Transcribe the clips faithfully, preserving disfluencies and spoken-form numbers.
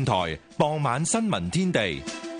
電台傍晚新聞天地。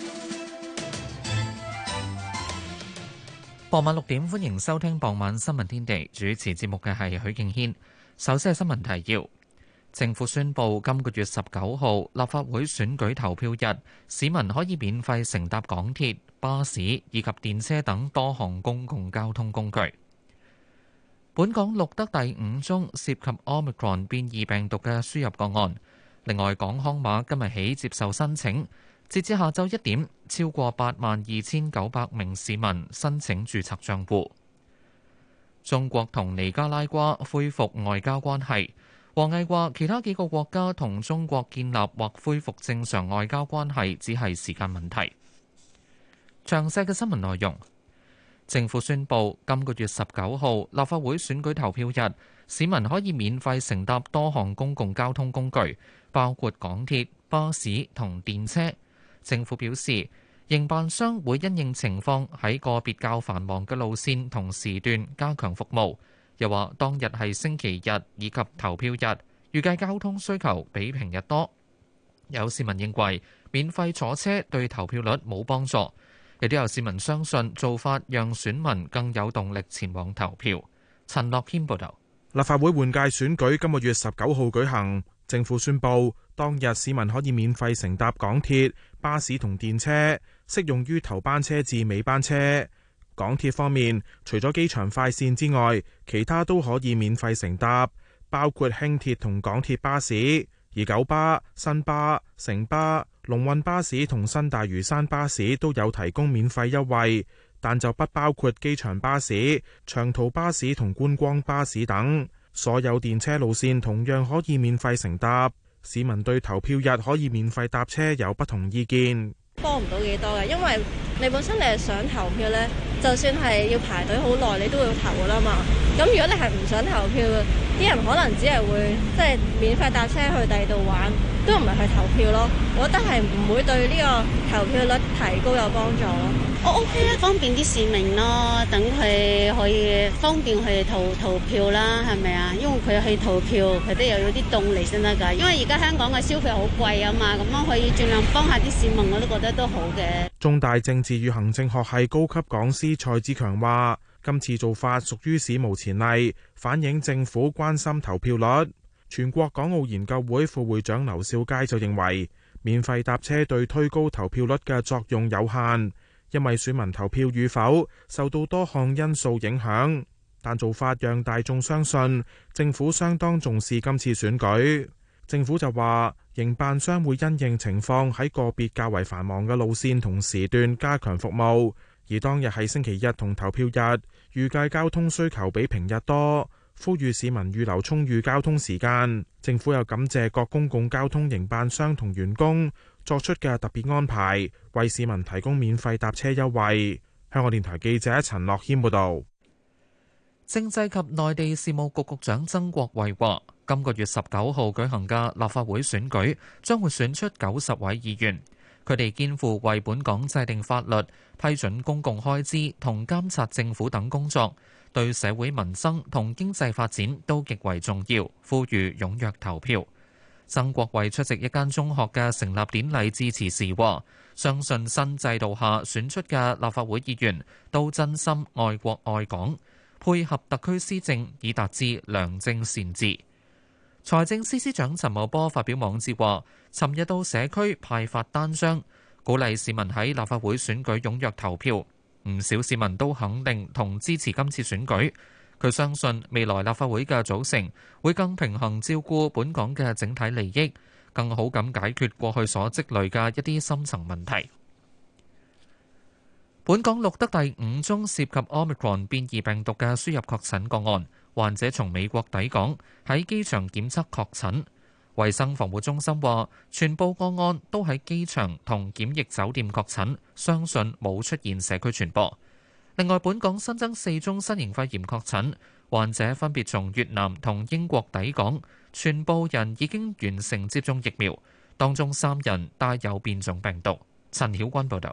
傍晚六點，歡迎收聽傍晚新聞天地。主持節目嘅係許敬軒。首先係新聞提要：政府宣布今個月十九號立法會選舉投票日，市民可以免費乘搭港鐵、巴士以及電車等多項公共交通工具。本港錄得第五宗涉及 Omicron 變異病毒嘅輸入個案。另外，港康碼今日起接受申請，截至下晝一點，超過八萬二千九百名市民申請註冊帳戶。中國同尼加拉瓜恢復外交關係。王毅話：其他幾個國家同中國建立或恢復正常外交關係，只係時間問題。詳細嘅新聞內容。政府宣布今個月十九號立法會選舉投票日，市民可以免費乘搭多項公共交通工具，包括港鐵、巴士同電車。政府表示，營辦商會因應情況喺個別較繁忙嘅路線同時段加強服務。又話當日係星期日以及投票日，預計交通需求比平日多。有市民認為免費坐車對投票率冇幫助。亦都有市民相信做法讓選民更有動力前往投票。陳樂謙報道。 立法會換屆選舉今個月十九號舉行，政府宣布當日市民可以免費乘搭港鐵、巴士同電車，適用於頭班車至尾班車。港鐵方面，除咗機場快線之外，其他都可以免費乘搭，包括輕鐵同港鐵巴士。而九巴、新巴、城巴、龍運巴士同新大嶼山巴士都有提供免費優惠，但就不包括機場巴士、長途巴士同觀光巴士等。所有電車路線同樣可以免費乘搭。市民對投票日可以免費搭車有不同意見。 幫唔到幾多嘅，因為你本身你係想投票呢，就算係要排隊好耐，你都會投噶啦嘛。咁如果你係唔想投票嘅，啲人可能只係會即係免費搭車去第二度玩，都唔係去投票咯。我覺得係唔會對呢個投票率提高有幫助咯。 我 OK 啦，方便啲市民咯，等佢可以方便去投投票啦，係咪啊？因為佢去投票，佢都又有啲動力先得㗎。因為而家香港嘅消費好貴啊嘛，咁樣可以盡量幫下啲市民，我都覺得都好嘅。 中大政治與行政學系高級講師蔡志強話：今次做法屬於史無前例，反映政府關心投票率。全國港澳研究會副會長劉兆佳就認為，免費搭車對推高投票率嘅作用有限，因為選民投票與否受到多項因素影響。但做法讓大眾相信政府相當重視今次選舉。政府就話，營辦商會因應情況喺個別較為繁忙嘅路線同時段加強服務，而當日係星期日同投票日，預計交通需求比平日多，呼籲市民預留充裕交通時間。政府又感謝各公共交通營辦商同員工作出嘅特別安排，為市民提供免費搭車優惠。香港電台記者陳樂謙報道。 政制及內地事務局局長曾國衛話，今個月十九號舉行嘅立法會選舉將會選出九十位議員，佢哋肩負為本港制定法律、批准公共開支同監察政府等工作，對社會民生同經濟發展都極為重要，呼籲踴躍投票。曾國衛出席一間中學嘅成立典禮致辭時話，相信新制度下選出嘅立法會議員都真心愛國愛港，配合特區施政以達至良政善治。財政司司長陳茂波發表網誌話，尋日到社區派發單張，鼓勵市民喺立法會選舉踴躍投票。唔少市民都肯定同支持今次選舉。佢相信未來立法會嘅組成會更平衡照顧本港嘅整體利益，更好咁解決過去所積累嘅一啲深層問題。本港錄得第五宗涉及 Omicron 變異病毒嘅輸入確診個案，患者從美國抵港，喺機場檢測確診。衛生防護中心話，全部個案都喺機場同檢疫酒店確診，相信冇出現社區傳播。另外，本港新增四宗新型肺炎確診，患者分別從越南同英國抵港，全部人已經完成接種疫苗，當中三人帶有變種病毒。陳曉君報導。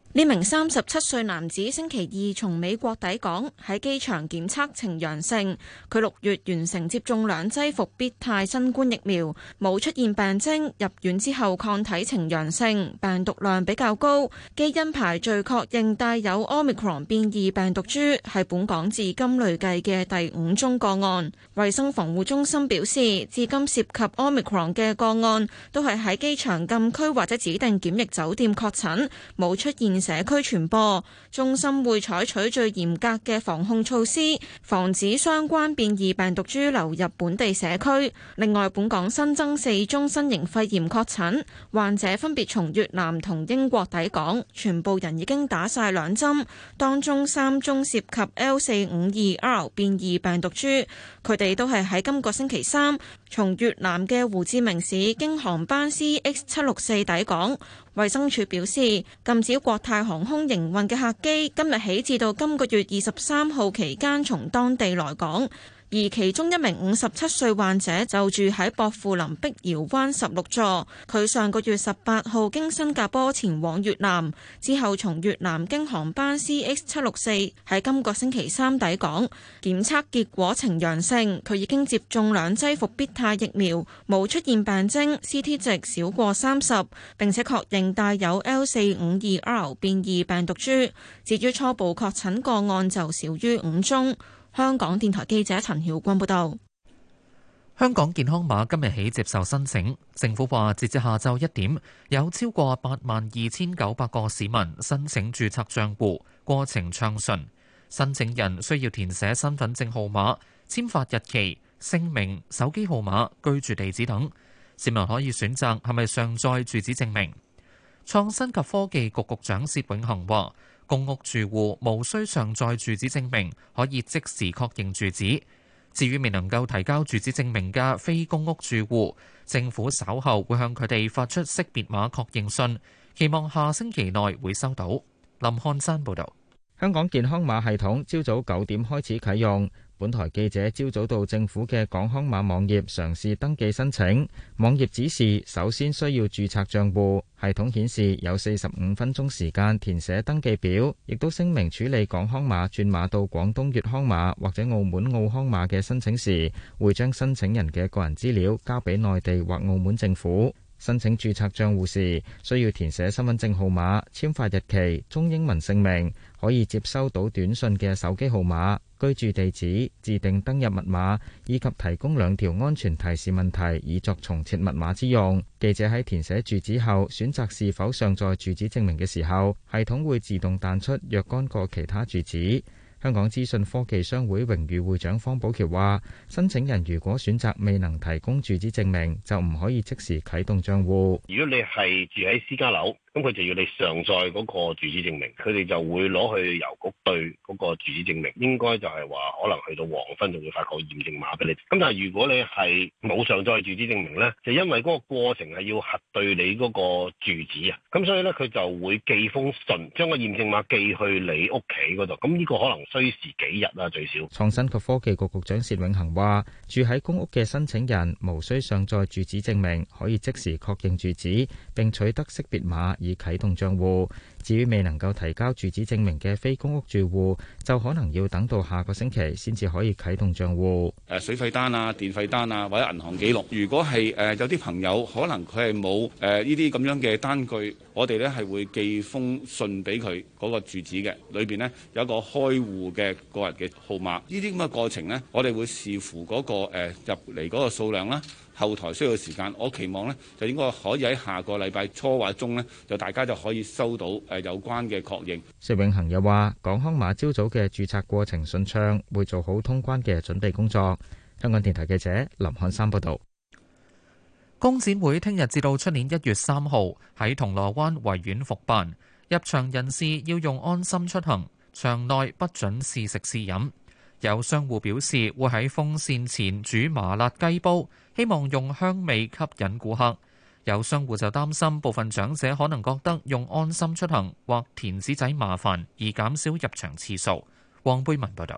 呢名三十七歲男子星期二從美國抵港，喺機場檢測呈陽性。佢六月完成接種兩劑復必泰新冠疫苗，冇出現病徵。入院之後抗體呈陽性，病毒量比較高，基因排序確認帶有 Omicron 變異病毒株，係本港至今累計嘅第五宗個案。衛生防護中心表示，至今涉及 Omicron 嘅個案都係喺機場禁區或者指定檢疫酒店確診，冇出現社區傳播。中心會採取最嚴格嘅防控措施，防止相關變異病毒株流入本地社區。另外，本港新增四宗新型肺炎確診，患者分別從越南同英國抵港，全部人已經打晒兩針，當中三宗涉及 L 四五二 R 變異病毒株，佢哋都係喺今個星期三從越南嘅胡志明市經航班 C X 七六四抵港。衛生署表示，禁止國泰航空營運嘅客機今日起至到今個月二十三號期間從當地來港。而其中一名五十七歲患者就住喺薄扶林碧瑤灣十六座，佢上個月十八號經新加坡前往越南，之後從越南經航班 C X 七六四喺今個星期三抵港，檢測結果呈陽性，佢已經接種兩劑復必泰疫苗，冇出現病徵 ，C T 值少過三十，並且確認帶有 L 四五二 R 變異病毒株。至於初步確診個案就少於五宗。香港電台記者陳曉君報道。 香港健康碼今日起接受申請，政府話截至下晝一點，有超過八萬二千九百個市民申請註冊帳戶，過程暢順。申請人需要填寫身份證號碼、簽發日期、姓名、手機號碼、居住地址等。市民可以選擇係咪上載住址證明。創新及科技局局長薛永恒話，公屋住戶無需上載住址證明，可以即時確認住址。至於未能夠提交住址證明嘅非公屋住戶，政府稍後會向佢哋發出識別碼確認信，期望下星期內會收到。林漢山報導。 香港健康碼系統朝早九點開始啟用。本台記者朝早到政府嘅港康碼網頁嘗試登記申請，網頁指示首先需要註冊帳戶，系統顯示有四十五分鐘時間填寫登記表，亦都聲明處理港康碼轉碼到廣東粵康碼或者澳門澳康碼嘅申請時，會將申請人嘅個人資料交俾內地或澳門政府。申請註冊帳戶時，需要填寫身份證號碼、簽發日期、中英文姓名、可以接收到短信嘅手機號碼、居住地址、自定登入密碼，以及提供兩條安全提示問題，以作重設密碼之用。記者喺填寫住址後，選擇是否上載住址證明嘅時候，系統會自動彈出若干個其他住址。香港資訊科技商會榮譽會長方寶橋話，申請人如果選擇未能提供住址證明，就唔可以即時啟動帳戶。 如果你係住喺私家樓，咁佢就要你上載嗰個住址證明，佢哋就會攞去郵局對嗰個住址證明，應該就係話可能去到黃昏就會發個驗證碼俾你。咁但係如果你係冇上載住址證明呢，就因為嗰個過程係要核對你嗰個住址啊，咁所以呢，佢就會寄封信，將個驗證碼寄去你屋企嗰度。咁呢個可能需時幾日啦，最少。 創新及科技局局長薛永恒話，住喺公屋嘅申請人無需上載住址證明，可以即時確認住址並取得識別碼以啟動帳戶。至於未能夠提交住址證明嘅非公屋住戶，就可能要等到下個星期先至可以啟動帳戶。 誒水費單啊、電費單啊，或者銀行記錄，如果係誒有啲朋友可能佢係冇誒呢啲咁樣嘅單據，我哋呢係會寄封信俾佢嗰個住址嘅，裏邊呢有一個開戶嘅個人嘅號碼。呢啲咁嘅過程呢，我哋會視乎嗰個誒入嚟嗰個數量啦。後台需要時間，我期望呢就應該可以喺下個禮拜初或中呢，就大家就可以收到誒有關嘅確認。 薛永恒又話：港康碼朝早嘅註冊過程順暢，會做好通關嘅準備工作。香港電台記者林漢山報導。 工展會聽日至到出年一月三號喺銅鑼灣維園復辦，入場人士要用安心出行，場內不准試食試飲。有商戶表示會喺風扇前煮麻辣雞煲，希望用香味吸引顧客。有商戶就擔心部分長者可能覺得用安心出行或填紙仔麻煩，而減少入場次數。黃貝文報導。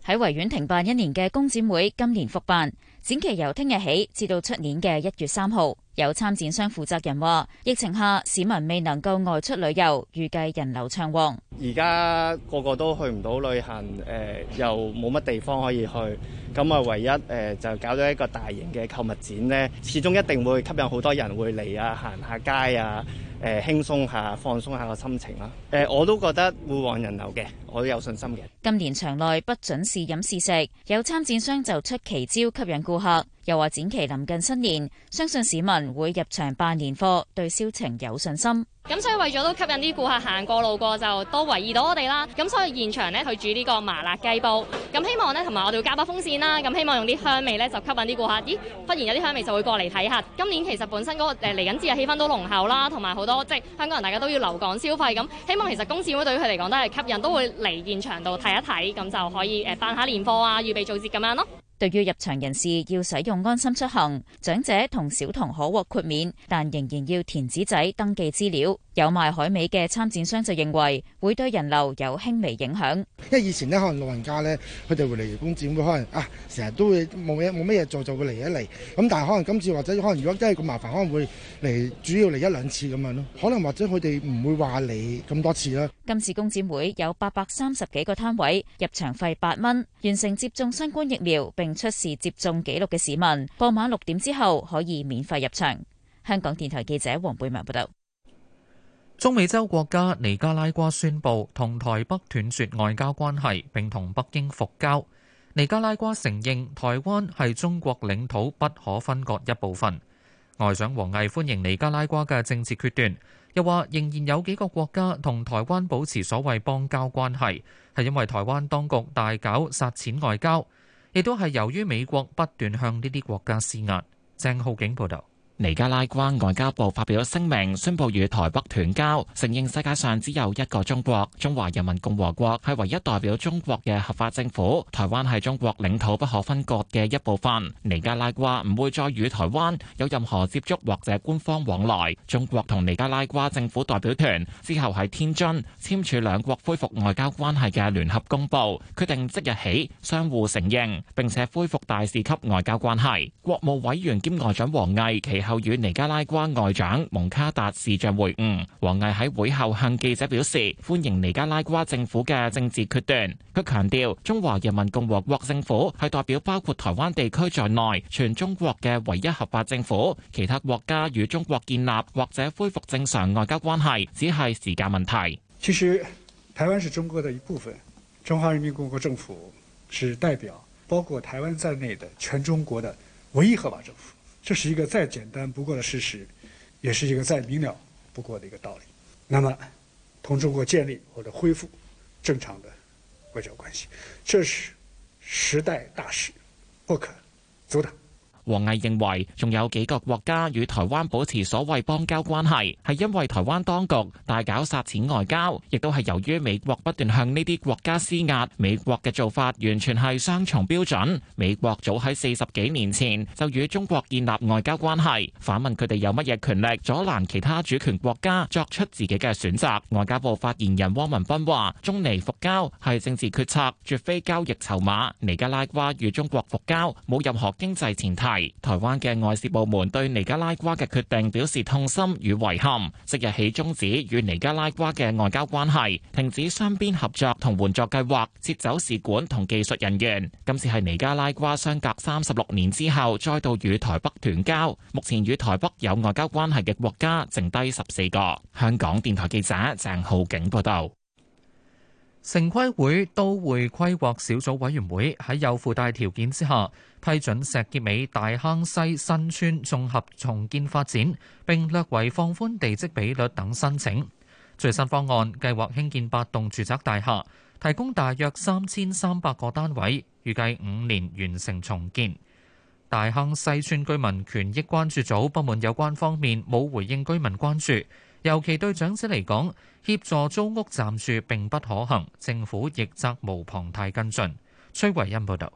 喺維園停辦一年嘅工展會今年復辦，展期由聽日起至到出年嘅一月三號。有參展商負責人話，疫情下市民未能夠外出旅遊，預計人流暢旺。 而家個個都去唔到旅行，誒、呃、又冇乜地方可以去，咁啊唯一誒、呃、就搞咗一個大型嘅購物展呢，始終一定會吸引好多人會嚟啊，行下街啊。誒、呃、輕鬆下、放鬆下個心情啦。誒、呃、我都覺得會旺人流嘅，我都有信心嘅。 今年場內不准試飲試食，有參展商就出奇招吸引顧客，又話展期臨近新年，相信市民會入場辦年貨，對銷情有信心。 咁所以為咗都吸引啲顧客行過路過就多留意到我哋啦。咁所以現場呢，去煮呢個麻辣雞煲，咁希望呢，同埋我哋會加把風扇啦。咁希望用啲香味呢，就吸引啲顧客。咦，忽然有啲香味就會過嚟睇下。今年其實本身嗰、那個誒嚟緊節日氣氛都濃厚啦，同埋好多即係香港人大家都要留港消費。咁希望其實工展會對於佢嚟講都係吸引，都會嚟現場度睇一睇，咁就可以誒辦下年貨啊，預備做節咁樣咯。 對於入場人士要使用安心出行，長者同小童可獲豁免，但仍然要填紙仔登記資料。有賣海味嘅參展商就認為會對人流有輕微影響， 因為以前呢，可能老人家呢，佢哋會嚟工展會，可能啊成日都會冇嘢冇乜嘢做就會嚟一嚟，咁但係可能今次或者可能如果真係咁麻煩，可能會嚟主要嚟一兩次咁樣咯，可能或者佢哋唔會話嚟咁多次啦。 今次工展會有八百三十幾個攤位，入場費八蚊，完成接種新冠疫苗並出示接種記錄嘅市民，傍晚六點之後可以免費入場。香港電台記者黃貝文報道。 中美洲國家尼加拉瓜宣布同台北斷絕外交關係，並同北京復交。尼加拉瓜承認台灣係中國領土不可分割一部分。外長王毅歡迎尼加拉瓜嘅政治決斷，又話仍然有幾個國家同台灣保持所謂邦交關係，係因為台灣當局大搞殺錢外交，亦都係由於美國不斷向呢啲國家施壓。鄭浩景報導。 尼加拉瓜外交部發表聲明，宣布與台北斷交，承認世界上只有一個中國，中華人民共和國係唯一代表中國嘅合法政府，台灣係中國領土不可分割嘅一部分。尼加拉瓜唔會再與台灣有任何接觸或者官方往來。中國同尼加拉瓜政府代表團之後喺天津簽署兩國恢復外交關係嘅聯合公報，決定即日起相互承認，並且恢復大使級外交關係。國務委員兼外長王毅其後與尼加拉瓜外長蒙卡達視像會晤，王毅喺會後向記者表示歡迎尼加拉瓜政府嘅政治決斷。佢強調，中華人民共和國政府係代表包括台灣地區在內全中國嘅唯一合法政府，其他國家與中國建立或者恢復正常外交關係只係時間問題。 其實台灣是中國的一部分，中華人民共和國政府是代表包括台灣在內的全中國的唯一合法政府。這是一個再簡單不過的事實，也是一個再明了不過的一個道理。那麼，同中國建立或者恢復正常的外交關係，這是時代大勢，不可阻擋。 王毅認為，仲有幾個國家與台灣保持所謂邦交關係，係因為台灣當局大搞殺錢外交，亦都係由於美國不斷向呢啲國家施壓。美國嘅做法完全係雙重標準。美國早喺四十幾年前就與中國建立外交關係。反問佢哋有乜嘢權力阻攔其他主權國家作出自己嘅選擇？外交部發言人汪文斌話：中尼復交係政治決策，絕非交易籌碼。尼加拉瓜與中國復交冇任何經濟前提。台灣嘅外事部門對尼加拉瓜嘅決定表示痛心與遺憾，即日起終止與尼加拉瓜嘅外交關係，停止雙邊合作同援助計劃，撤走使館同技術人員。今次係尼加拉瓜相隔三十六年之後再度與台北斷交，目前與台北有外交關係嘅國家剩低十四個。香港電台記者鄭浩景報道。 城規會都會規劃小組委員會喺有附帶條件之下批准石硤尾大坑西新村綜合重建發展，並略為放寬地積比率等申請。最新方案計劃興建八棟住宅大廈，提供大約三千三百個單位，預計五年完成重建。大坑西村居民權益關注組不滿有關方面冇回應居民關注，尤其對長者嚟講，協助租屋暫住並不可行，政府亦責無旁貸跟進。崔維恩報導。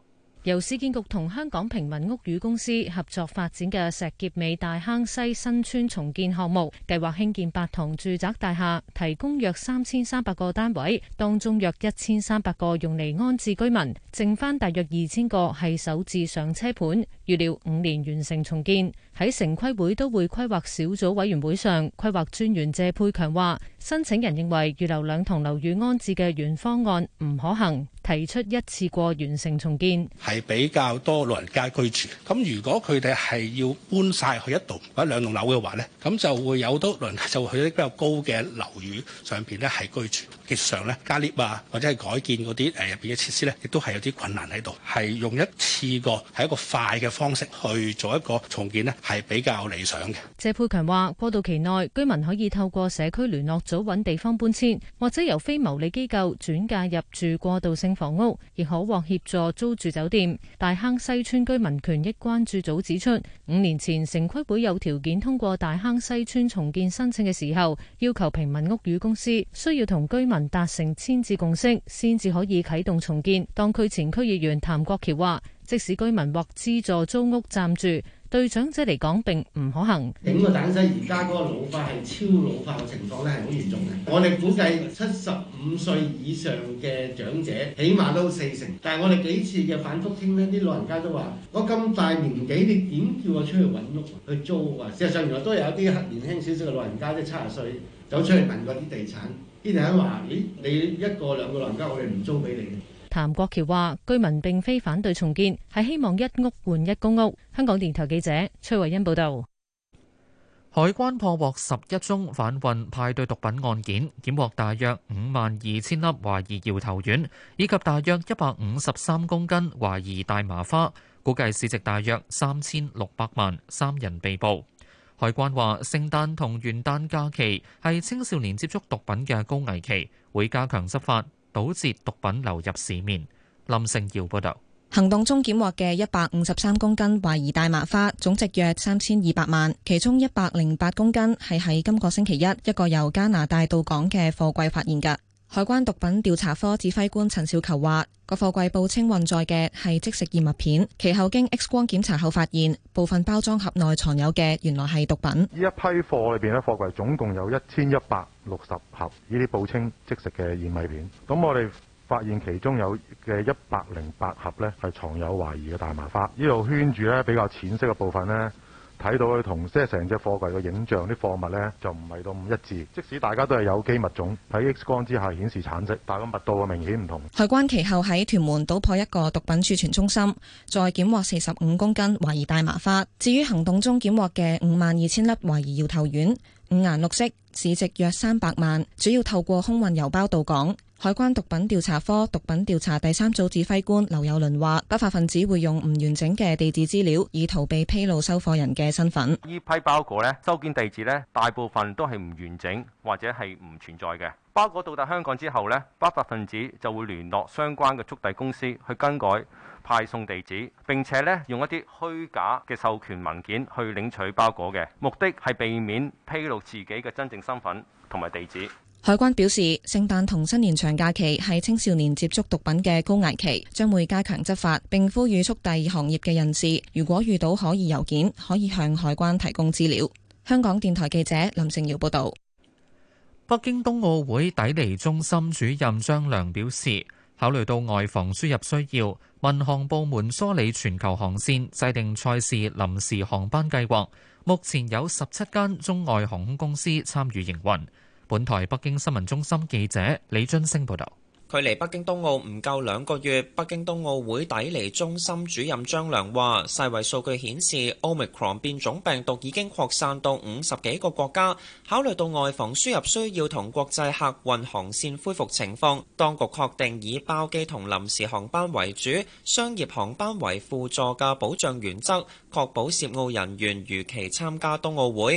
由市建局同香港平民屋宇公司合作發展嘅石硤尾大坑西新村重建項目，計劃興建八幢住宅大廈，提供約三千三百個單位，當中約一千三百個用嚟安置居民，剩翻大約二千個係首置上車盤。預料五年完成重建。喺城規會都會規劃小組委員會上，規劃專員謝佩強話，申請人認為預留兩幢樓宇安置嘅原方案唔可行，提出一次過完成重建， 係比較多老人家居住。咁如果佢哋係要搬晒去一棟或者兩棟樓嘅話呢，咁就會有好多老人家就會去啲比較高嘅樓宇上邊呢係居住。技術上呢，加 lift 啊，或者係改建嗰啲誒入邊嘅設施呢，亦都係有啲困難喺度。係用一次過係一個快嘅方式去做一個重建呢，係比較理想嘅。 謝佩強話：過渡期內，居民可以透過社區聯絡組揾地方搬遷，或者由非牟利機構轉介入住過渡性房屋，亦可獲協助租住酒店。大坑西村居民權益關注組指出，五年前城規會有條件通過大坑西村重建申請嘅時候，要求平民屋宇公司需要同居民達成簽字共識，先至可以啟動重建。當區前區議員譚國橋話，即使居民獲資助租屋暫住，對長者嚟講並唔可行。 整個大坑西而家嗰個老化係超老化嘅情況咧，係好嚴重嘅。我哋估計七十五歲以上嘅長者起碼都四成，但係我哋幾次嘅反覆傾呢，啲老人家都話：我咁大年紀，你點叫我出去揾屋去租啊？事實上原來都有啲年輕少少嘅老人家，即係七十歲走出去問過啲地產，啲地產話：咦，你一個兩個老人家，我哋唔租俾你。 譚國橋話：居民並非反對重建，係希望一屋換一公屋。香港電台記者崔慧欣報道。 海關破獲十一宗販運派對毒品案件，檢獲大約五萬二千粒懷疑搖頭丸，以及大約一百五十三公斤懷疑大麻花，估計市值大約三千六百萬，三人被捕。海關話：聖誕同元旦假期係青少年接觸毒品嘅高危期，會加強執法，堵截毒品流入市面。林勝耀報道。 行動中檢獲嘅一百五十三公斤懷疑大麻花，總值約三千二百萬，其中一百零八公斤係喺今個星期一一個由加拿大到港嘅貨櫃發現嘅。海關毒品調查科指揮官陳少球話：個貨櫃報稱運載嘅係即食燕麥片，其後經 X 光檢查後發現部分包裝盒內藏有嘅原來係毒品。 呢一批貨裏邊咧，貨櫃總共有一千一百六十盒呢啲報稱即食嘅燕麥片。咁我哋發現其中有嘅一百零八盒呢係藏有懷疑嘅大麻花。呢度圈住呢比較淺色嘅部分呢，睇到佢同即係成隻貨櫃嘅影像啲貨物呢就唔係咁一致。即使大家都係有機物種，喺 X 光之下顯示橙色，但係個密度啊明顯唔同。 海關其後喺屯門搗破一個毒品儲存中心，再檢獲四十五公斤懷疑大麻花。至於行動中檢獲嘅五萬二千粒懷疑搖頭丸，五顏六色，市值約三百萬，主要透過空運郵包到港。海關毒品調查科毒品調查第三組指揮官劉友倫話：不法分子會用唔完整嘅地址資料，以逃避披露收貨人嘅身份。 呢批包裹呢，收件地址呢，大部分都係唔完整或者係唔存在嘅。包裹到達香港之後呢，不法分子就會聯絡相關嘅速遞公司去更改派送地址，並且呢用一啲虛假嘅授權文件去領取包裹嘅，目的係避免披露自己嘅真正身份同埋地址。 海關表示，聖誕同新年長假期係青少年接觸毒品嘅高危期，將會加強執法，並呼籲速遞行業嘅人士，如果遇到可疑郵件，可以向海關提供資料。香港電台記者林成瑤報道。 北京冬奧會抵離中心主任張良表示，考慮到外防輸入需要，民航部門梳理全球航線，制定賽事臨時航班計劃。目前有十七間中外航空公司參與營運。本台北京新聞中心記者李津升報道。 距離北京冬奧唔夠兩個月，北京冬奧會抵離中心主任張良話，世衛數據顯示 Omicron 變種病毒已經擴散到五十幾個國家。考慮到外防輸入需要同國際客運航線恢復情況，當局確定以包機同臨時航班為主，商業航班為輔助嘅保障原則，確保涉奧人員如期參加冬奧會。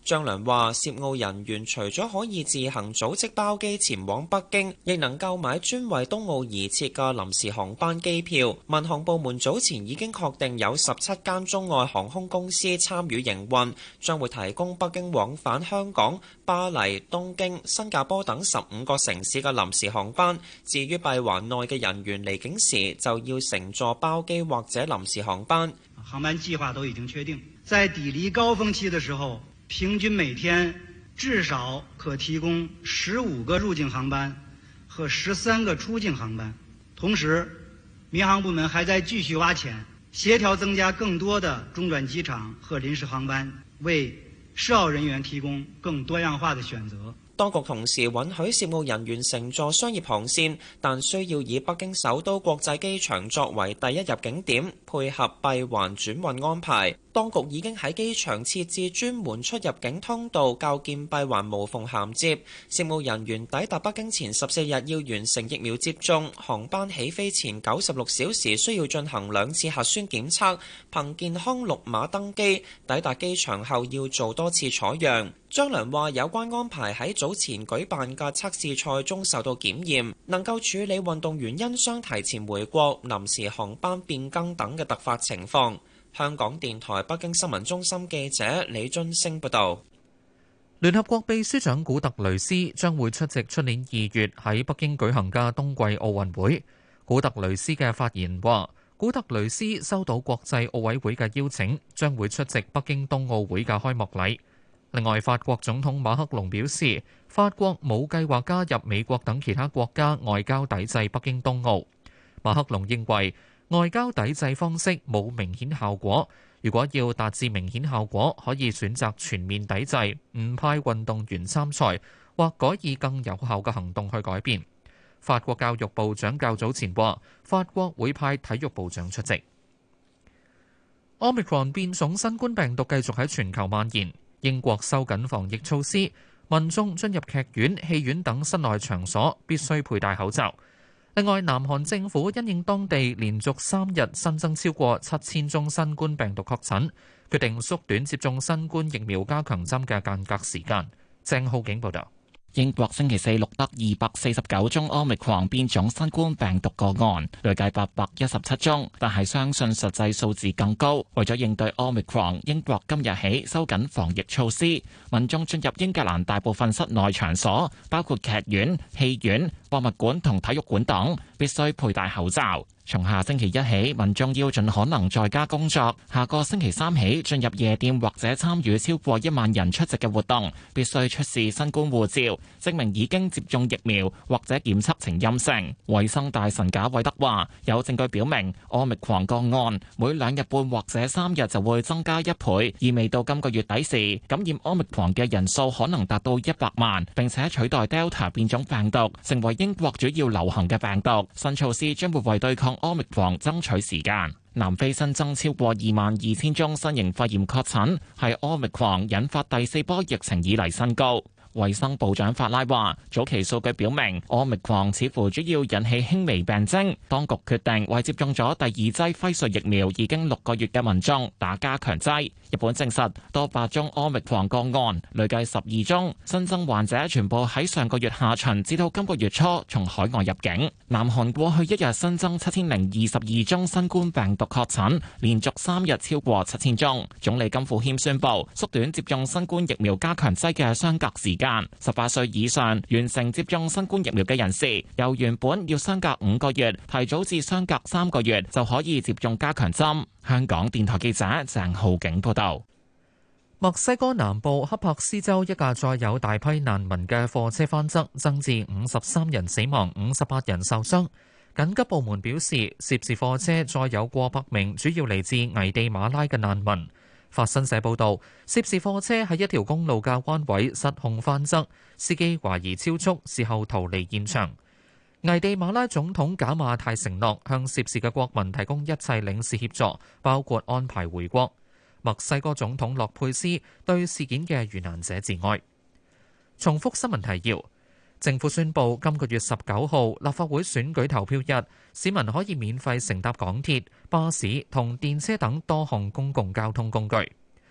張良話：涉澳人員除咗可以自行組織包機前往北京，亦能購買專為東澳而設嘅臨時航班機票。民航部門早前已經確定有十七間中外航空公司參與營運，將會提供北京往返香港、巴黎、東京、新加坡等十五個城市嘅臨時航班。至於閉環內嘅人員離境時，就要乘坐包機或者臨時航班。 航班計劃都已經確定，在抵離高峰期的時候，平均每天至少可提供十五個入境航班和十三個出境航班。同時，民航部門還在繼續挖潛，協調增加更多的中轉機場和臨時航班，為涉澳人員提供更多樣化的選擇。 當局同時允許涉澳人員乘坐商業航線，但需要以北京首都國際機場作為第一入境點，配合閉環轉運安排。當局已經喺機場設置專門出入境通道，構建閉環無縫銜接。涉澳人員抵達北京前十四日要完成疫苗接種，航班起飛前九十六小時需要進行兩次核酸檢測，憑健康綠碼登機。抵達機場後要做多次採樣。張良話：有關安排喺早前舉辦嘅測試賽中受到檢驗，能夠處理運動員因傷提前回國、臨時航班變更等嘅突發情況。香港電台北京新聞中心記者李津升報道。 聯合國秘書長古特雷斯將會出席出年二月喺北京舉行嘅冬季奧運會。古特雷斯嘅發言話：古特雷斯收到國際奧委會嘅邀請，將會出席北京冬奧會嘅開幕禮。另外，法國總統馬克龍表示，法國冇計劃加入美國等其他國家外交抵制北京冬奧。馬克龍認為外交抵制方式冇明顯效果，如果要達至明顯效果，可以選擇全面抵制，唔派運動員參賽，或改以更有效嘅行動去改變。法國教育部長較早前話，法國會派體育部長出席。Omicron 變種新冠病毒繼續喺全球蔓延。英國收緊防疫措施，民眾進入劇院、戲院等室內場所必須佩戴口罩。另外，南韓政府因應當地連續三日新增超過七千宗新冠病毒確診，決定縮短接種新冠疫苗加強針嘅間隔時間。鄭浩景報導。 英國星期四錄得二百四十九宗 Omicron 變種新冠病毒個案，累計八百一十七宗，但係相信實際數字更高。為咗應對 Omicron， 英國今日起收緊防疫措施，民眾進入英格蘭大部分室內場所，包括劇院、戲院、博物館同體育館等，必須佩戴口罩。從下星期一起，民眾要盡可能在家工作。下個星期三起，進入夜店或者參與超過一萬人出席嘅活動，必須出示新冠護照，證明已經接種疫苗或者檢測呈陰性。衛生大臣賈偉德話：有證據表明，Omicron個案每兩日半或者三日就會增加一倍，意味到今個月底時，感染 Omicron 嘅人數可能達到一百萬，並且取代 Delta 變種病毒，成為英國主要流行嘅病毒。新措施將會為對抗Omicron 爭取時間。南非新增超過二萬二千宗新型肺炎確診，係 Omicron 引發第四波疫情以嚟新高。衛生部長法拉話：早期數據表明，Omicron 似乎主要引起輕微病徵。當局決定為接種咗第二劑輝瑞疫苗已經六個月嘅民眾打加強劑。日本證實多八宗 Omicron 個案，累計十二宗。新增患者全部喺上個月下旬至到今個月初從海外入境。南韓過去一日新增七千零二十二宗新冠病毒確診，連續三日超過七千宗。總理金富謙宣布縮短接種新冠疫苗加強劑嘅相隔時間。十八歲以上完成接種新冠疫苗嘅人士，由原本要相隔五個月，提早至相隔三個月就可以接種加強針。香港電台記者鄭浩景報道。 墨西哥南部恰帕斯州一架載有大批難民嘅貨車翻側，增至五十三人死亡、五十八人受傷。緊急部門表示，涉事貨車載有過百名主要嚟自危地馬拉嘅難民。法新社報導，涉事貨車喺一條公路嘅彎位失控翻側，司機懷疑超速，事後逃離現場。危地馬拉總統賈馬泰承諾向涉事嘅國民提供一切領事協助，包括安排回國。墨西哥總統洛佩斯對事件嘅遇難者致哀。重複新聞提要。政府宣布今個月十九號立法會選舉投票日，市民可以免費乘搭港鐵、巴士同電車等多項公共交通工具。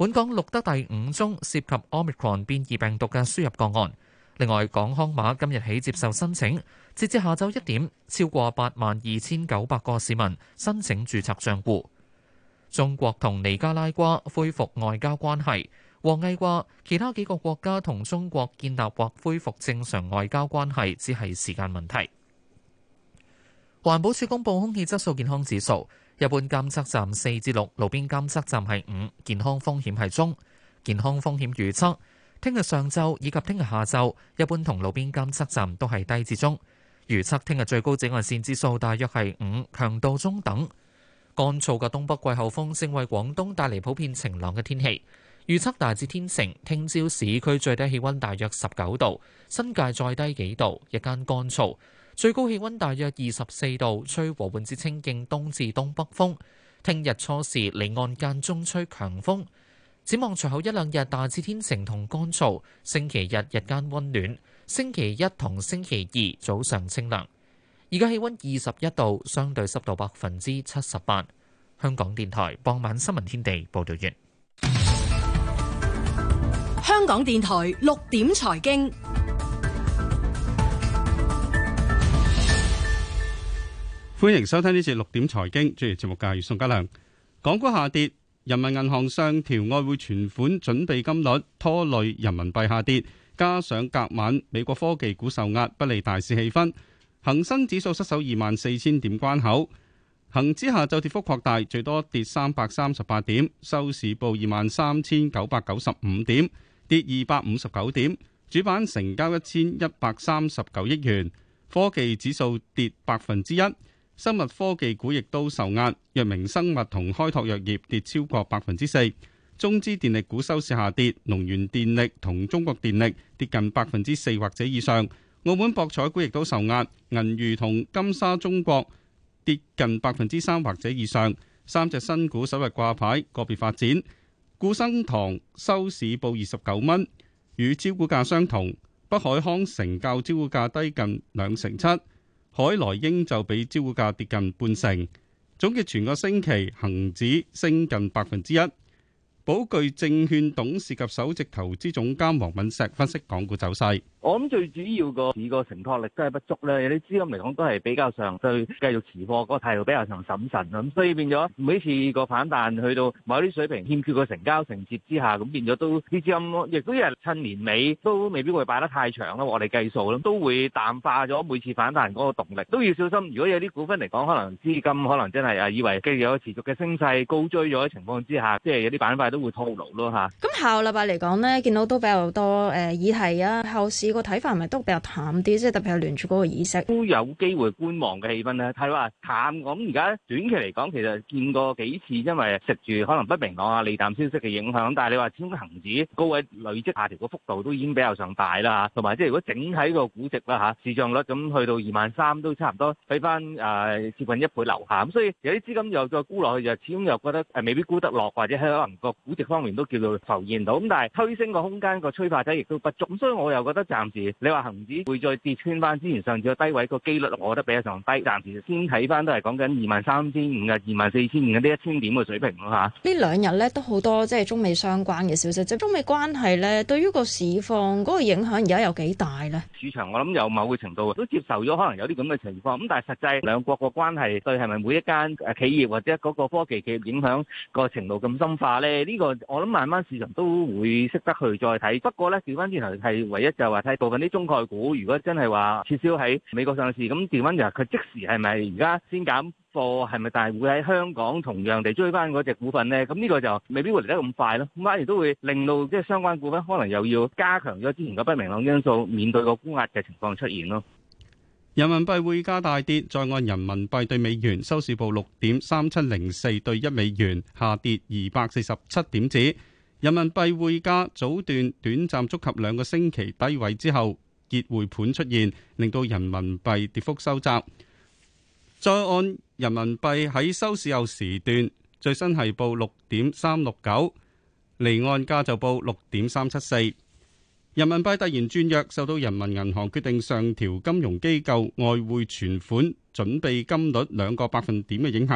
本港錄得第五宗涉及 Omicron 變異病毒嘅輸入個案。另外，港康碼今日起接受申請，截至下晝一點，超過八萬二千九百個市民申請註冊帳戶。中國同尼加拉瓜恢復外交關係。王毅話：其他幾個國家同中國建立或恢復正常外交關係，只係時間問題。環保署公布空氣質素健康指數，一般監測站四至六，路邊監測站係五，健康風險係中。健康風險預測，聽日上晝以及聽日下晝，一般同路邊監測站都係低至中。預測聽日最高紫外線指數大約係五，強度中等。乾燥嘅東北季候風正為廣東帶嚟普遍晴朗嘅天氣。預測大致天晴，聽朝市區最低氣溫大約十九度，新界再低幾度，日間乾燥，最高氣溫大約二十四度，吹和緩至清勁東至東北風。聽日初時離岸間中吹強風。展望隨後一兩日大致天晴同乾燥，星期日日間溫暖，星期一同星期二早上清涼。而家氣溫二十一度，相對濕度百分之七十八。香港電台傍晚新聞天地報道完。 香港電台六點財經， 歡迎收聽呢節六點財經。主持節目嘅係宋家良。港股下跌，人民銀行上調外匯存款準備金率，拖累人民幣下跌。加上隔晚美國科技股受壓，不利大市氣氛。恒生指數失守二萬四千點關口，恒指下晝跌幅擴大，最多跌三百三十八點，收市報二萬三千九百九十五點。跌二百五十九點，主板成交一千一百三十九億元。科技指數跌百分之一，生物科技股亦都受壓，藥明生物同開拓藥業跌超過百分之四。中資電力股收市下跌，能源電力同中國電力跌近百分之四或者以上。澳門博彩股亦都受壓，銀娛同金沙中國跌近百分之三或者以上。三隻新股首日掛牌，個別發展。固生堂收市報二十九蚊，與招股價相同。北海康成較招股價低近兩成七，海來英就比招股價跌近半成。總結全個星期，恒指升近百分之一。寶具證券董事及首席投資總監黃敏石分析港股走勢。 我諗最主要個市個承托力真係不足咧，有啲資金嚟講都係比較上對繼續持貨嗰個態度比較上審慎，咁所以變咗每次個反彈去到某啲水平欠缺個成交承接之下，咁變咗都啲資金亦都係趁年尾都未必會擺得太長啦，我哋計數啦，都會淡化咗每次反彈嗰個動力，都要小心。如果有啲股份嚟講，可能資金可能真係啊以為繼續有持續嘅升勢高追咗嘅情況之下，即係有啲板塊都會套牢咯嚇。 咁下個禮拜嚟講呢，見到都比較多誒、呃、議題啊，後市個睇法係咪都比較淡啲？即係特別係聯儲嗰個議息都有機會觀望嘅氣氛咧。睇話淡咁，而家短期嚟講，其實見過幾次，因為食住可能不明朗啊、利淡消息嘅影響。但係你話始終恆指高位累積下調個幅度都已經比較上大啦嚇，同埋即係如果整體個估值啦嚇，市賬率咁去到二萬三都差唔多，俾翻誒接近一倍樓下。咁所以有啲資金又再沽落去，就始終又覺得誒未必沽得落，或者係可能個估值方面都叫做浮現到。咁但係推升個空間個催化劑亦都不足。咁所以我又覺得暫時你話恒指會再跌穿翻之前上次個低位個機率，我覺得比較上低。暫時先睇翻都係講緊二萬三千五啊、二萬四千五嗰啲一千點嘅水平咯嚇。 呢兩日咧都好多即係中美相關嘅消息，即係中美關係咧對於個市況嗰個影響而家有幾大咧？ 市場我諗有某個程度都接受咗，可能有啲咁嘅情況。咁但係實際兩國個關係對係咪每一間誒企業或者嗰個科技企業影響個程度咁深化咧？呢個我諗慢慢市場都會識得去再睇。不過咧調翻轉頭係唯一就係話睇部分啲中概股，如果真係話撤銷喺美國上市，咁調翻就係佢即時係咪而家先減貨，係咪但係會喺香港同樣地追翻嗰隻股份咧？咁呢個就未必會嚟得咁快咯。咁反而都會令到即係相關股份可能又要加強咗之前嘅不明朗因素，面對個沽壓嘅情況出現咯。 人民幣匯價大跌，在岸人民幣對美元收市報六點三七零四對一美元，下跌二百四十七點子。人民幣匯價早段短暫觸及兩個星期低位之後，結匯盤出現，令到人民幣跌幅收窄。在岸人民幣喺收市後時段最新係報六點三六九，離岸價就報六點三七四。人民幣突然轉弱，受到人民銀行決定上調金融機構外匯存款準備金率兩個百分點嘅影響。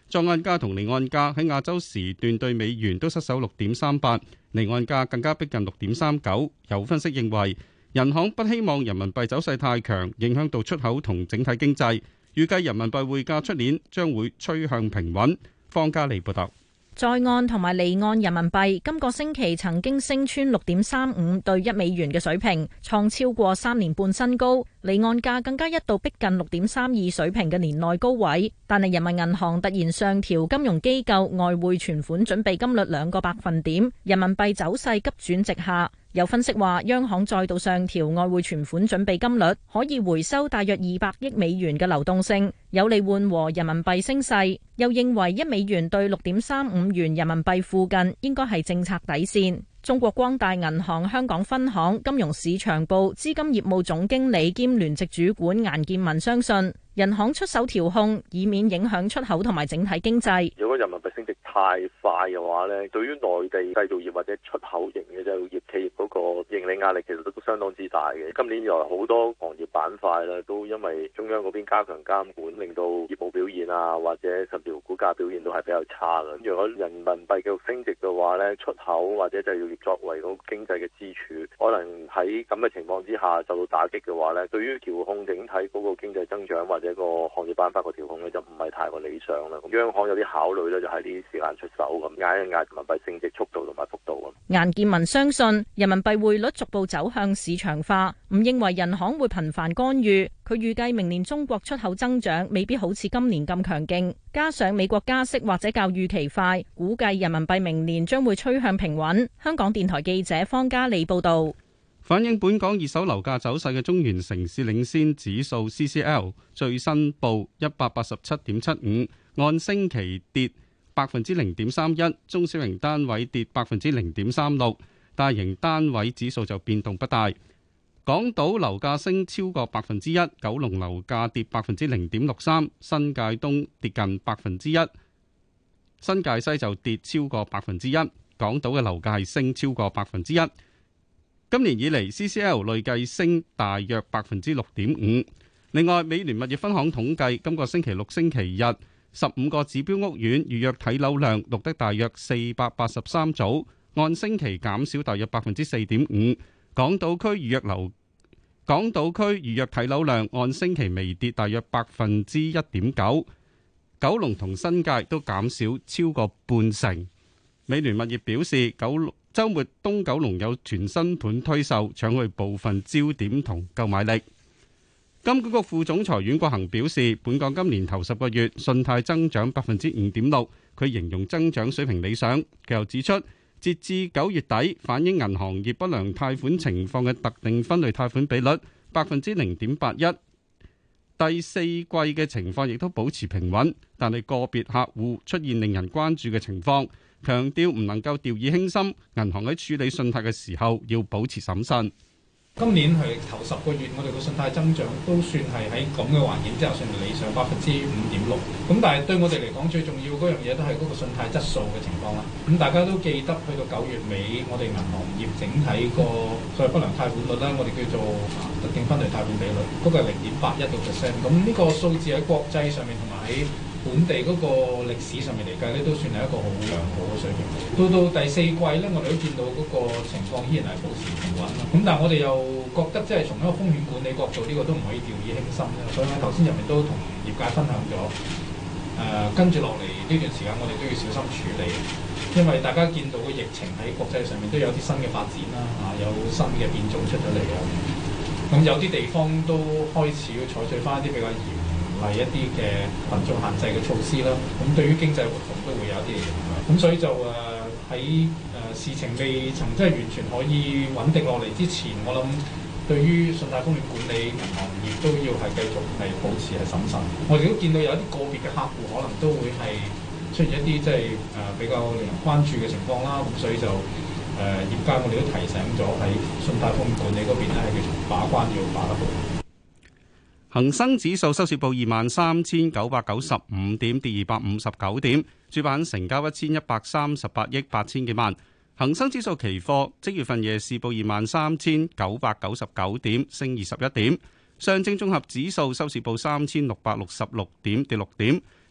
在岸價同離岸價喺亞洲時段對美元都失守六點三八，離岸價更加逼近六點三九。有分析認為，人行不希望人民幣走勢太強，影響到出口同整體經濟。預計人民幣匯價出年將會趨向平穩。方嘉利報道。 在岸同埋離岸人民幣今個星期曾經升穿六點三五對一美元嘅水平，創超過三年半新高。離岸價更加一度逼近六點三二水平嘅年內高位，但係人民銀行突然上調金融機構外匯存款準備金率兩個百分點，人民幣走勢急轉直下。有分析話，央行再度上調外匯存款準備金率，可以回收大約二百億美元嘅流動性，有利緩和人民幣升勢。又認為一美元對六點三五元人民幣附近應該係政策底線。中國光大銀行香港分行金融市場部資金業務總經理兼聯席主管顏建文相信，人行出手調控，以免影響出口同埋整體經濟。 如果人民幣升值太快嘅話咧，對於內地製造業或者出口型嘅製造業企業嗰個盈利壓力其實都相當之大嘅。今年以來好多行業板塊咧，都因為中央嗰邊加強監管，令到業務表現啊，或者甚至乎股價表現都係比較差嘅。如果人民幣繼續升值嘅話咧，出口或者製造業作為嗰個經濟嘅支柱，可能喺咁嘅情況之下受到打擊嘅話咧，對於調控整體嗰個經濟增長或者個行業板塊個調控咧，就唔係太過理想啦。咁央行有啲考慮咧，就喺呢啲時間出手咁壓一壓人民幣升值速度同埋幅度咁。 顏建文相信人民幣匯率逐步走向市場化，唔認為人行會頻繁干預。佢預計明年中國出口增長未必好似今年咁強勁，加上美國加息或者較預期快，估計人民幣明年將會趨向平穩。香港電台記者方嘉利報道。 反映本港二手樓價走勢嘅中原城市領先指數 C C L 最新報一百八十七點七五，按星期跌百分之零點三一，中小型單位跌百分之零點三六，大型單位指數就變動不大。港島樓價升超過百分之一，九龍樓價跌百分之零點六三，新界東跌近百分之一，新界西就跌超過百分之一。港島嘅樓價係升超過百分之一。今年以嚟 C C L 累計升大約百分之六點五。另外，美聯物業分行統計，今個星期六星期日，十五個指標屋苑預約睇樓量錄得大約四百八十三組，按星期減少大約百分之四點五。港島區預約樓港島區預約睇樓量按星期微跌大約百分之一點九。九龍同新界都減少超過半成。美聯物業表示，九龍週末東九龍有全新盤推售，搶去部分焦點同購買力。金管局副總裁阮國恒表示，本港今年頭十個月信貸增長百分之五點六，佢形容增長水平理想。佢又指出，截至九月底，反映銀行業不良貸款情況嘅特定分類貸款比率百分之零點八一，第四季嘅情況亦都保持平穩，但係個別客戶出現令人關注嘅情況。強調唔能夠掉以輕心，銀行喺處理信貸嘅時候要保持審慎。 今年係頭十個月，我哋個信貸增長都算係喺咁嘅環境之下算理想，百分之五點六。咁但係對我哋嚟講，最重要嗰樣嘢都係嗰個信貸質素嘅情況啦。咁大家都記得去到九月尾，我哋銀行業整體個所謂不良貸款率咧，我哋叫做特定分類貸款比率，嗰個係零點八一個 percent。咁呢個數字喺國際上面同埋喺本地嗰個歷史上面嚟計咧，都算係一個好良好嘅水平。到到第四季咧，我哋都見到嗰個情況依然係保持平穩啦。咁但係我哋又覺得即係從一個風險管理角度，呢、這個都唔可以掉以輕心啦。所以喺頭先入面都同業界分享咗，誒、呃、跟住落嚟呢段時間，我哋都要小心處理，因為大家見到個疫情喺國際上面都有啲新嘅發展啦，啊有新嘅變種出咗嚟啊。咁有啲地方都開始要採取翻一啲比較嚴例一啲嘅群眾限制嘅措施啦，咁對於經濟活動都會有一啲影響，咁所以就誒喺誒事情未曾真係完全可以穩定落嚟之前，我諗對於信貸風險管理銀行業都要係繼續係保持係審慎。我哋都見到有一啲個別嘅客戶可能都會係出現一啲即係誒比較令人關注嘅情況啦，咁所以就誒、呃、業界我哋都提醒咗喺信貸風險管理嗰邊咧係繼續把關要把得好。 恒生指數收市報二萬三千九百九十五點，跌二百五十九點。主板成交一千一百三十八億八千幾萬。恒生指數期貨即月份夜市報二萬三千九百九十九點，升二十一點。上證綜合指數收市報三千六百六十六點，跌六點。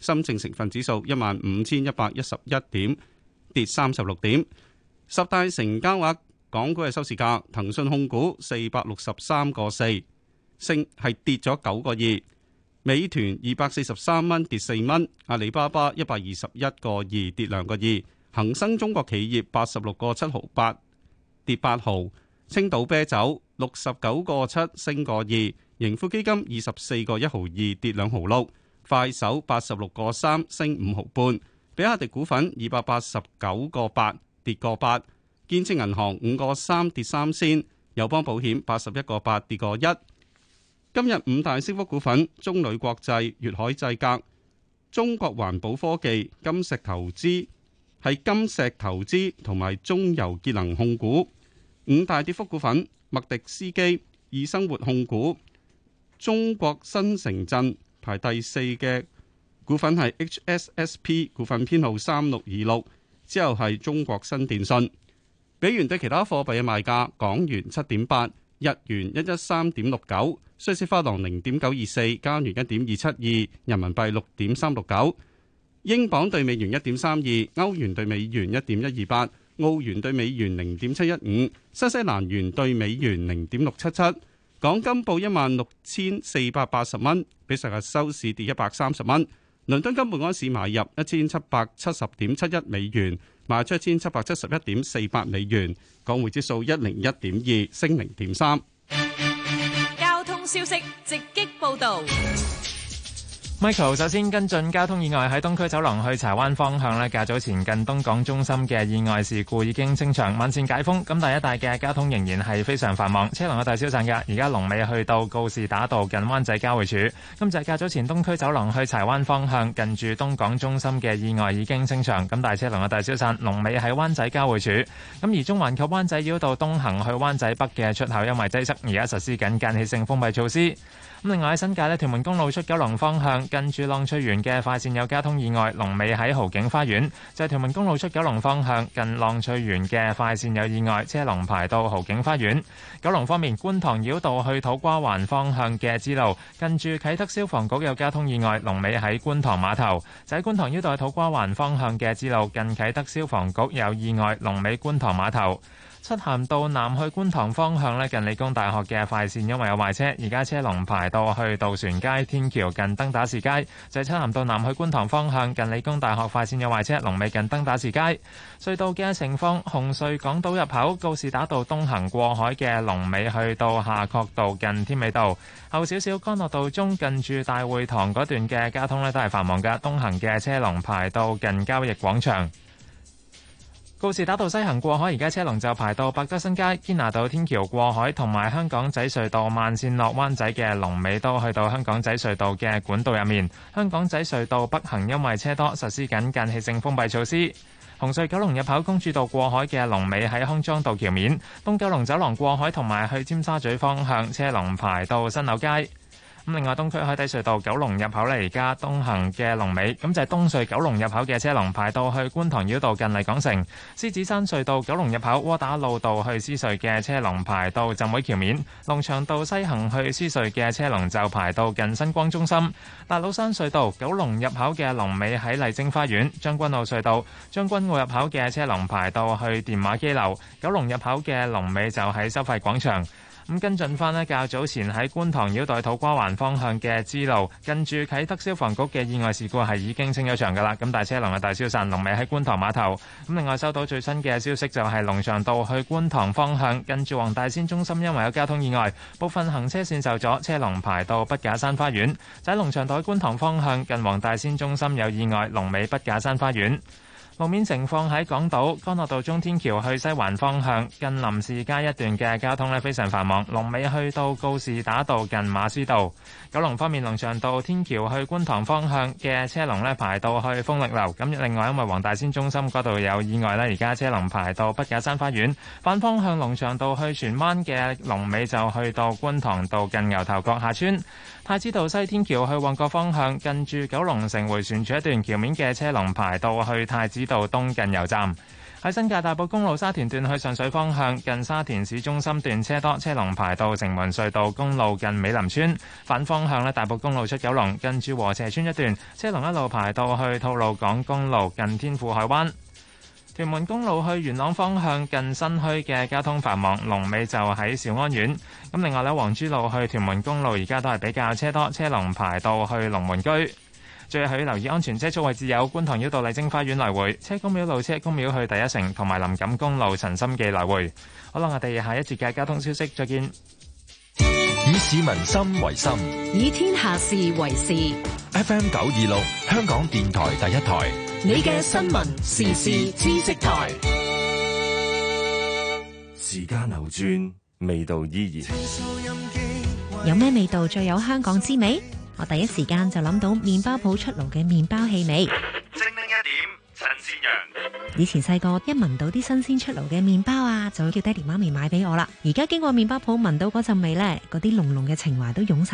深證成分指數一萬五千一百一十一點，跌三十六點。十大成交額港股嘅收市價，騰訊控股四百六十三個四，升係跌咗九個二。美團二百四十三蚊，跌四蚊。阿里巴巴一百二十一個二，跌兩個二。恒生中國企業八十六個七毫八，跌八毫。青島啤酒六十九個七，升個二。盈富基金二十四個一毫二，跌兩毫六。快手八十六個三，升五毫半。比亞迪股份二百八十九個八，跌個八。建設銀行五個三，跌三仙。友邦保險八十一個八，跌個一。今日五大升幅股份：中旅國際、粵海製革、中國環保科技、金石投資係金石投資同埋中油節能控股。五大跌幅股份：麥迪斯基、易生活控股、中國新城鎮。排第四嘅股份係 H S S P 股份編號三六二六，之後係中國新電信。美元對其他貨幣嘅賣價：港元七點八，日元一一三點六九，瑞士法郎零點九二四，加元一點二七二，人民幣六點三六九，英鎊對美元一點三二，歐元對美元一點一二八，澳元對美元零點七一五，新西蘭元對美元零點六七七。港金報一萬六千四百八十蚊，比上日收市跌一百三十蚊。倫敦金每盎司買入一千七百七十點七一美元，賣出一千七百七十一點四八美元。港匯指數一零一點二，升零點三。 交通消息直擊報道。 Michael 首先跟進交通意外，喺東區走廊去柴灣方向呢，較早前近東港中心嘅意外事故已經清場，慢線解封。咁第一帶嘅交通仍然係非常繁忙，車龍有大消散嘅。而家龍尾去到告士打道近灣仔交匯處。咁就係較早前東區走廊去柴灣方向近住東港中心嘅意外已經清場，咁大車龍有大消散，龍尾喺灣仔交匯處。咁而中環及灣仔繞道東行去灣仔北嘅出口因為擠塞，而家實施緊間歇性封閉措施。咁另外喺新界呢，屯門公路出九龍方向近住浪翠園嘅快線有交通意外，龍尾喺豪景花園。就係屯門公路出九龍方向近浪翠園嘅快線有意外，車龍排到豪景花園。九龍方面，觀塘繞道去土瓜灣方向嘅支路近住啟德消防局有交通意外，龍尾喺觀塘碼頭。就喺觀塘繞道去土瓜灣方向嘅支路近啟德消防局有意外，龍尾觀塘碼頭。漆咸道南去觀塘方向咧，近理工大學嘅快線因為有壞車，而家車龍排到去渡船街天橋近登打士街。就係漆咸道南去觀塘方向近理工大學快線有壞車，龍尾近登打士街。隧道嘅情況，紅隧港島入口告士打道東行過海嘅龍尾去到夏慤道近添美道，後少少干諾道中近住大會堂嗰段嘅交通咧都係繁忙嘅，東行嘅車龍排到近交易廣場。告士打道西行過海，而家車龍就排到百德新街、堅拿道天橋過海，同埋香港仔隧道慢線落灣仔嘅龍尾都去到香港仔隧道嘅管道入面。香港仔隧道北行因為車多，實施緊間歇性封閉措施。紅隧九龍入口公主道過海嘅龍尾喺康莊道橋面，東九龍走廊過海同埋去尖沙咀方向車龍排到新柳街。咁另外，東區海底隧道九龍入口呢，而家東行嘅龍尾，咁就係東隧九龍入口嘅車龍排到去觀塘繞道近麗港城。獅子山隧道九龍入口窩打老道去獅隧嘅車龍排到浸會橋面。龍翔道西行去獅隧嘅車龍就排到近新光中心。大老山隧道九龍入口嘅龍尾喺麗晶花園。將軍澳隧道將軍澳入口嘅車龍排到去電話機樓。九龍入口嘅龍尾就喺收費廣場。咁跟進翻呢，較早前喺觀塘繞道土瓜灣方向嘅支路，近住啟德消防局嘅意外事故係已經清咗場㗎啦。咁大車龍嘅大消散，龍尾喺觀塘碼頭。咁另外收到最新嘅消息就係龍翔道去觀塘方向，近住黃大仙中心因為有交通意外，部分行車線受阻，車龍排到筆架山花園。就喺龍翔道去觀塘方向，近黃大仙中心有意外，龍尾筆架山花園。路面情況喺港島干諾道中天橋去西環方向，近林士街一段嘅交通咧非常繁忙，龍尾去到告士打道近馬師道。九龍方面，龍翔道天橋去觀塘方向嘅車龍咧排到去豐力樓。咁另外因為黃大仙中心嗰度有意外咧，而家車龍排到筆架山花園。反方向龍翔道去荃灣嘅龍尾就去到觀塘道近牛頭角下村。太子道西天橋去旺角方向，近住九龍城迴旋處一段橋面嘅車龍排到去太子道東近油站。 喺新界大埔公路沙田段去上水方向，近沙田市中心段車多，車龍排到城門隧道公路近美林村。反方向咧，大埔公路出九龍近住禾輋村一段，車龍一路排到去吐露港公路近天富海灣。屯門公路去元朗方向近新墟嘅交通繁忙，龍尾就喺兆安苑。咁另外咧，黃珠路去屯門公路而家都係比較車多，車龍排到去龍門居。最後要留意安全車速位置有觀塘繞道麗晶花園來回、車公廟路車公廟去第一城，同埋林錦公路陳心記來回。好啦，我哋下一節嘅交通消息再見。 以市民心為心， 以天下事為事。 F M 九二六，香港電台第一台， 你嘅新聞時事知識台。 時間流轉，味道依然。 有咩味道最有香港滋味？我第一時間就諗到麵包鋪出爐嘅麵包氣味。 精靈一點，陳善陽。 以前細個一聞到啲新鮮出爐嘅麵包啊，就會叫爹哋媽咪買俾我啦。而家經過麵包鋪聞到嗰陣味呢，嗰啲濃濃嘅情懷都湧晒